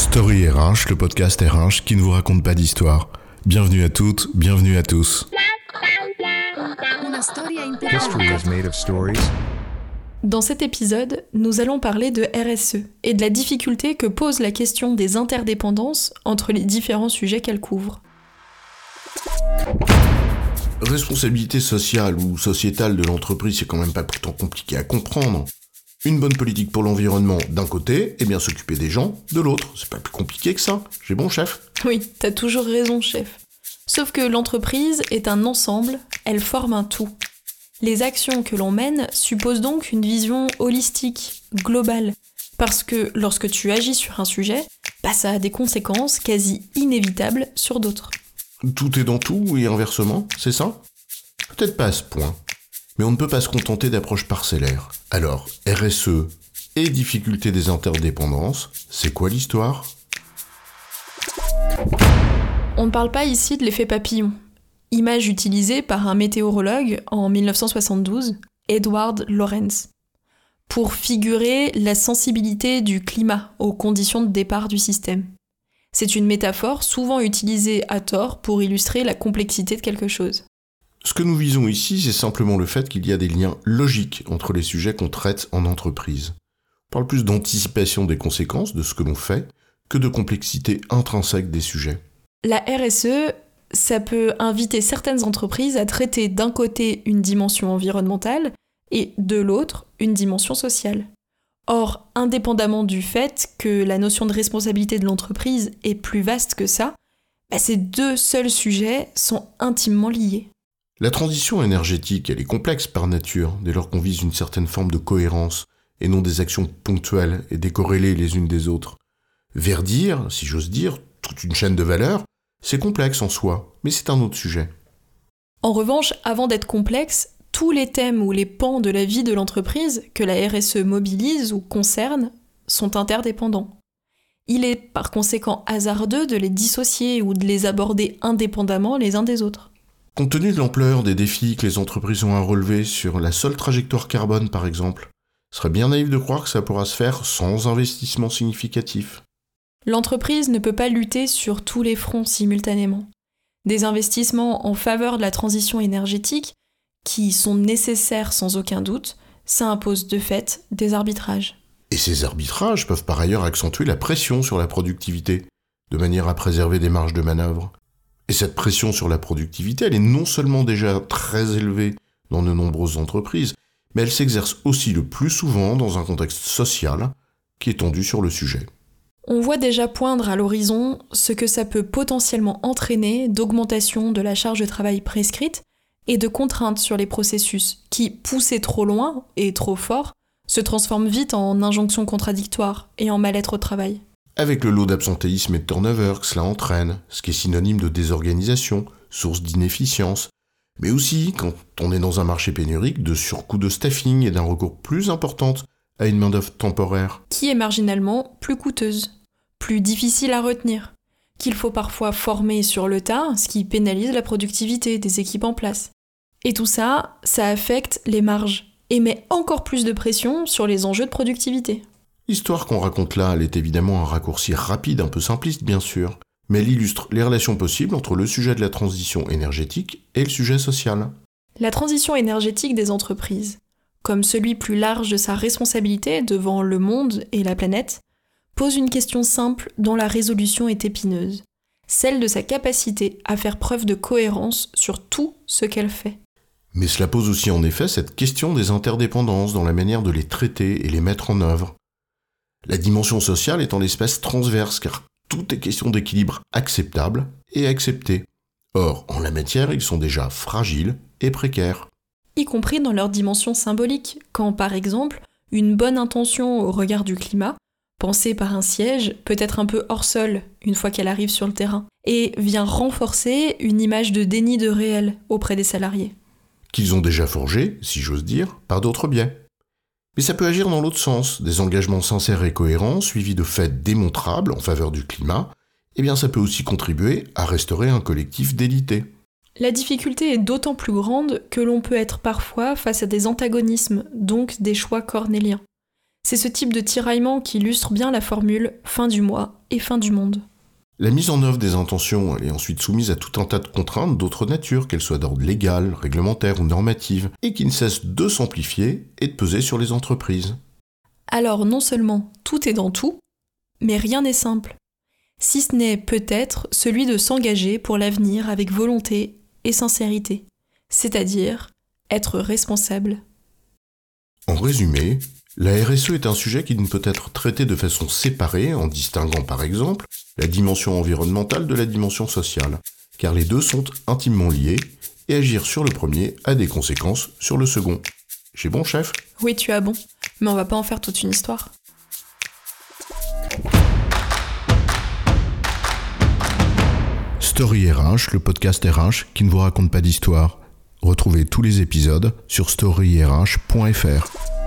Story RH, le podcast RH qui ne vous raconte pas d'histoire. Bienvenue à toutes, bienvenue à tous. History is made of stories. Dans cet épisode, nous allons parler de RSE et de la difficulté que pose la question des interdépendances entre les différents sujets qu'elle couvre. Responsabilité sociale ou sociétale de l'entreprise, c'est quand même pas plus tant compliqué à comprendre. Une bonne politique pour l'environnement d'un côté, et bien s'occuper des gens de l'autre. C'est pas plus compliqué que ça. J'ai bon, chef ? Oui, t'as toujours raison, chef. Sauf que l'entreprise est un ensemble, elle forme un tout. Les actions que l'on mène supposent donc une vision holistique, globale. Parce que lorsque tu agis sur un sujet, ça a des conséquences quasi inévitables sur d'autres. Tout est dans tout et inversement, c'est ça ? Peut-être pas à ce point. Mais on ne peut pas se contenter d'approches parcellaires. Alors, RSE et difficulté des interdépendances, c'est quoi l'histoire ? On ne parle pas ici de l'effet papillon. Image utilisée par un météorologue en 1972, Edward Lorenz, pour figurer la sensibilité du climat aux conditions de départ du système. C'est une métaphore souvent utilisée à tort pour illustrer la complexité de quelque chose. Ce que nous visons ici, c'est simplement le fait qu'il y a des liens logiques entre les sujets qu'on traite en entreprise. On parle plus d'anticipation des conséquences de ce que l'on fait que de complexité intrinsèque des sujets. La RSE, ça peut inviter certaines entreprises à traiter d'un côté une dimension environnementale et de l'autre une dimension sociale. Or, indépendamment du fait que la notion de responsabilité de l'entreprise est plus vaste que ça, ces deux seuls sujets sont intimement liés. La transition énergétique, elle est complexe par nature, dès lors qu'on vise une certaine forme de cohérence, et non des actions ponctuelles et décorrélées les unes des autres. Verdir, si j'ose dire, toute une chaîne de valeurs, c'est complexe en soi, mais c'est un autre sujet. En revanche, avant d'être complexe, tous les thèmes ou les pans de la vie de l'entreprise que la RSE mobilise ou concerne sont interdépendants. Il est par conséquent hasardeux de les dissocier ou de les aborder indépendamment les uns des autres. Compte tenu de l'ampleur des défis que les entreprises ont à relever sur la seule trajectoire carbone par exemple, ce serait bien naïf de croire que ça pourra se faire sans investissement significatif. L'entreprise ne peut pas lutter sur tous les fronts simultanément. Des investissements en faveur de la transition énergétique, qui sont nécessaires sans aucun doute, ça impose de fait des arbitrages. Et ces arbitrages peuvent par ailleurs accentuer la pression sur la productivité, de manière à préserver des marges de manœuvre. Et cette pression sur la productivité, elle est non seulement déjà très élevée dans de nombreuses entreprises, mais elle s'exerce aussi le plus souvent dans un contexte social qui est tendu sur le sujet. On voit déjà poindre à l'horizon ce que ça peut potentiellement entraîner d'augmentation de la charge de travail prescrite et de contraintes sur les processus qui, poussés trop loin et trop fort, se transforment vite en injonctions contradictoires et en mal-être au travail. Avec le lot d'absentéisme et de turnover que cela entraîne, ce qui est synonyme de désorganisation, source d'inefficience, mais aussi, quand on est dans un marché pénurique, de surcoût de staffing et d'un recours plus important à une main-d'œuvre temporaire. Qui est marginalement plus coûteuse, plus difficile à retenir, qu'il faut parfois former sur le tas, ce qui pénalise la productivité des équipes en place. Et tout ça, ça affecte les marges et met encore plus de pression sur les enjeux de productivité. L'histoire qu'on raconte là, elle est évidemment un raccourci rapide, un peu simpliste bien sûr, mais elle illustre les relations possibles entre le sujet de la transition énergétique et le sujet social. La transition énergétique des entreprises, comme celui plus large de sa responsabilité devant le monde et la planète, pose une question simple dont la résolution est épineuse, celle de sa capacité à faire preuve de cohérence sur tout ce qu'elle fait. Mais cela pose aussi en effet cette question des interdépendances dans la manière de les traiter et les mettre en œuvre. La dimension sociale est en l'espace transverse, car tout est question d'équilibre acceptable et accepté. Or, en la matière, ils sont déjà fragiles et précaires. Y compris dans leur dimension symbolique, quand par exemple, une bonne intention au regard du climat, pensée par un siège, peut être un peu hors sol une fois qu'elle arrive sur le terrain, et vient renforcer une image de déni de réel auprès des salariés. Qu'ils ont déjà forgé, si j'ose dire, par d'autres biais. Mais ça peut agir dans l'autre sens, des engagements sincères et cohérents, suivis de faits démontrables en faveur du climat, ça peut aussi contribuer à restaurer un collectif d'élité. La difficulté est d'autant plus grande que l'on peut être parfois face à des antagonismes, donc des choix cornéliens. C'est ce type de tiraillement qui illustre bien la formule « fin du mois et fin du monde ». La mise en œuvre des intentions est ensuite soumise à tout un tas de contraintes d'autre nature, qu'elles soient d'ordre légal, réglementaire ou normative, et qui ne cessent de s'amplifier et de peser sur les entreprises. Alors non seulement tout est dans tout, mais rien n'est simple. Si ce n'est peut-être celui de s'engager pour l'avenir avec volonté et sincérité, c'est-à-dire être responsable. En résumé, la RSE est un sujet qui ne peut être traité de façon séparée, en distinguant par exemple la dimension environnementale de la dimension sociale, car les deux sont intimement liés, et agir sur le premier a des conséquences sur le second. J'ai bon, chef ? Oui, tu as bon, mais on va pas en faire toute une histoire. Story RH, le podcast RH qui ne vous raconte pas d'histoire. Retrouvez tous les épisodes sur storyrh.fr.